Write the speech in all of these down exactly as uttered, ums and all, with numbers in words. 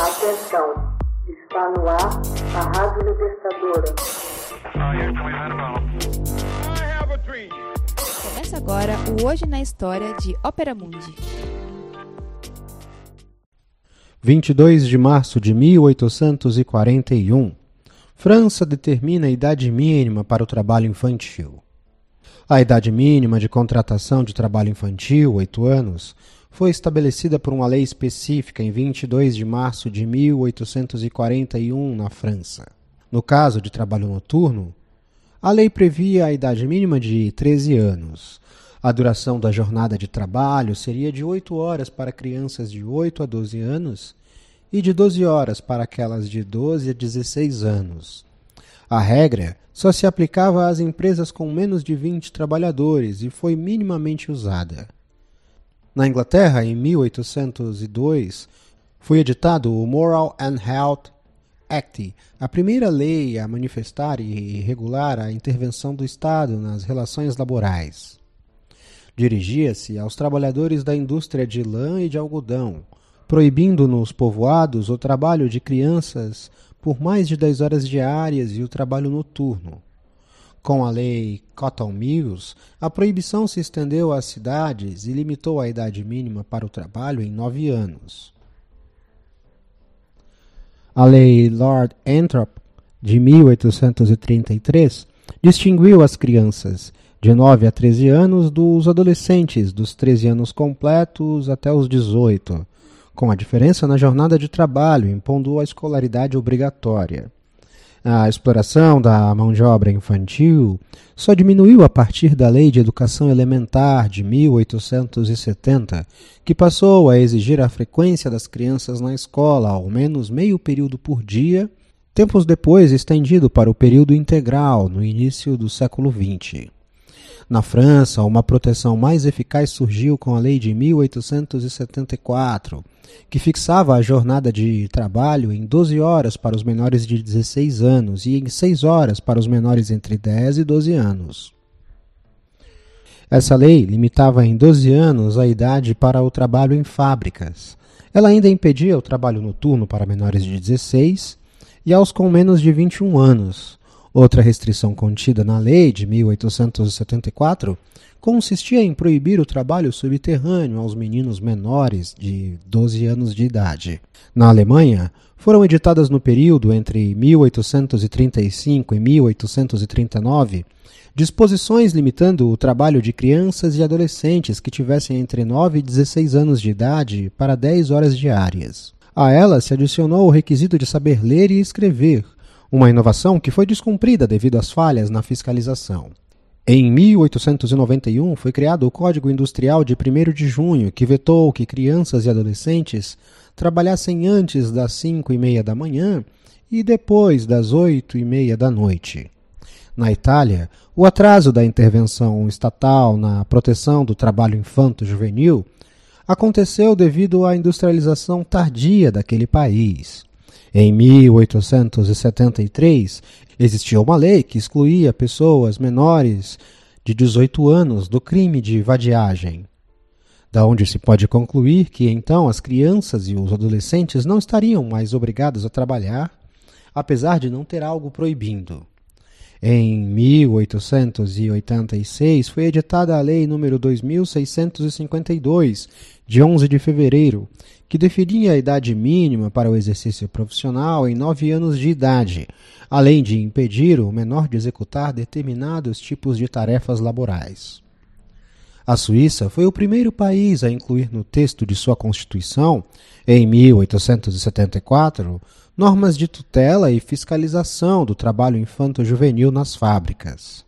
Atenção, está no ar a Rádio Libertadora. Começa agora o Hoje na História de Ópera Mundi. vinte e dois de março de mil oitocentos e quarenta e um. França determina a idade mínima para o trabalho infantil. A idade mínima de contratação de trabalho infantil, oito anos, foi estabelecida por uma lei específica em vinte e dois de março de mil oitocentos e quarenta e um na França. No caso de trabalho noturno, a lei previa a idade mínima de treze anos. A duração da jornada de trabalho seria de oito horas para crianças de oito a doze anos e de doze horas para aquelas de doze a dezesseis anos. A regra só se aplicava às empresas com menos de vinte trabalhadores e foi minimamente usada. Na Inglaterra, em mil oitocentos e dois, foi editado o Moral and Health Act, a primeira lei a manifestar e regular a intervenção do Estado nas relações laborais. Dirigia-se aos trabalhadores da indústria de lã e de algodão, proibindo nos povoados o trabalho de crianças por mais de dez horas diárias e o trabalho noturno. Com a lei Cotton Mills, a proibição se estendeu às cidades e limitou a idade mínima para o trabalho em nove anos. A lei Lord Anthrop, de mil oitocentos e trinta e três, distinguiu as crianças de nove a treze anos dos adolescentes dos treze anos completos até os dezoito, com a diferença na jornada de trabalho, impondo a escolaridade obrigatória. A exploração da mão de obra infantil só diminuiu a partir da Lei de Educação Elementar de mil oitocentos e setenta, que passou a exigir a frequência das crianças na escola ao menos meio período por dia, tempos depois estendido para o período integral no início do século vinte. Na França, uma proteção mais eficaz surgiu com a Lei de mil oitocentos e setenta e quatro, que fixava a jornada de trabalho em doze horas para os menores de dezesseis anos e em seis horas para os menores entre dez e doze anos. Essa lei limitava em doze anos a idade para o trabalho em fábricas. Ela ainda impedia o trabalho noturno para menores de dezesseis e aos com menos de vinte e um anos. Outra restrição contida na lei de mil oitocentos e setenta e quatro consistia em proibir o trabalho subterrâneo aos meninos menores de doze anos de idade. Na Alemanha, foram editadas no período entre mil oitocentos e trinta e cinco e mil oitocentos e trinta e nove disposições limitando o trabalho de crianças e adolescentes que tivessem entre nove e dezesseis anos de idade para dez horas diárias. A ela se adicionou o requisito de saber ler e escrever, uma inovação que foi descumprida devido às falhas na fiscalização. Em mil oitocentos e noventa e um foi criado o Código Industrial de primeiro de junho, que vetou que crianças e adolescentes trabalhassem antes das cinco e meia da manhã e depois das oito e meia da noite. Na Itália, o atraso da intervenção estatal na proteção do trabalho infanto-juvenil aconteceu devido à industrialização tardia daquele país. Em mil oitocentos e setenta e três, existia uma lei que excluía pessoas menores de dezoito anos do crime de vadiagem, da onde se pode concluir que então as crianças e os adolescentes não estariam mais obrigados a trabalhar, apesar de não ter algo proibindo. Em mil oitocentos e oitenta e seis foi editada a Lei número dois mil seiscentos e cinquenta e dois, de onze de fevereiro, que definia a idade mínima para o exercício profissional em nove anos de idade, além de impedir o menor de executar determinados tipos de tarefas laborais. A Suíça foi o primeiro país a incluir no texto de sua Constituição, em mil oitocentos e setenta e quatro, normas de tutela e fiscalização do trabalho infanto-juvenil nas fábricas.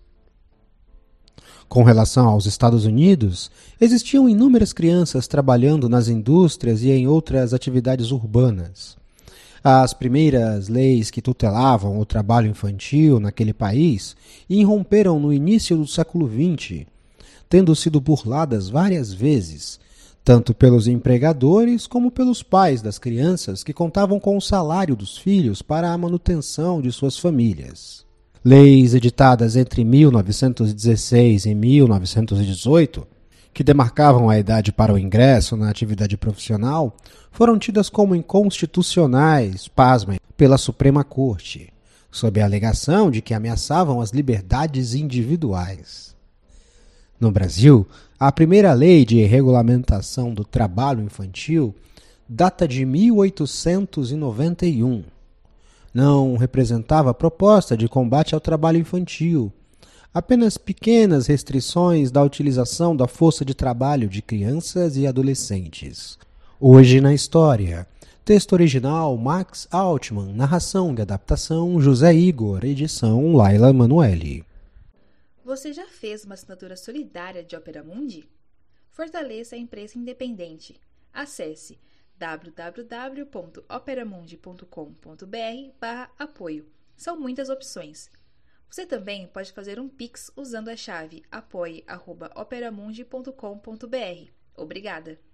Com relação aos Estados Unidos, existiam inúmeras crianças trabalhando nas indústrias e em outras atividades urbanas. As primeiras leis que tutelavam o trabalho infantil naquele país irromperam no início do século vinte, tendo sido burladas várias vezes, tanto pelos empregadores como pelos pais das crianças que contavam com o salário dos filhos para a manutenção de suas famílias. Leis editadas entre mil novecentos e dezesseis e mil novecentos e dezoito que demarcavam a idade para o ingresso na atividade profissional, foram tidas como inconstitucionais, pasmem, pela Suprema Corte, sob a alegação de que ameaçavam as liberdades individuais. No Brasil, a primeira lei de regulamentação do trabalho infantil data de mil oitocentos e noventa e um. Não representava proposta de combate ao trabalho infantil, apenas pequenas restrições da utilização da força de trabalho de crianças e adolescentes. Hoje na história. Texto original Max Altman, narração de adaptação José Igor, edição Laila Manoeli. Você já fez uma assinatura solidária de Opera Mundi? Fortaleça a imprensa independente. Acesse w w w ponto operamundi ponto com ponto b r barra apoio. São muitas opções. Você também pode fazer um Pix usando a chave apoie arroba operamundi ponto com ponto b r. Obrigada!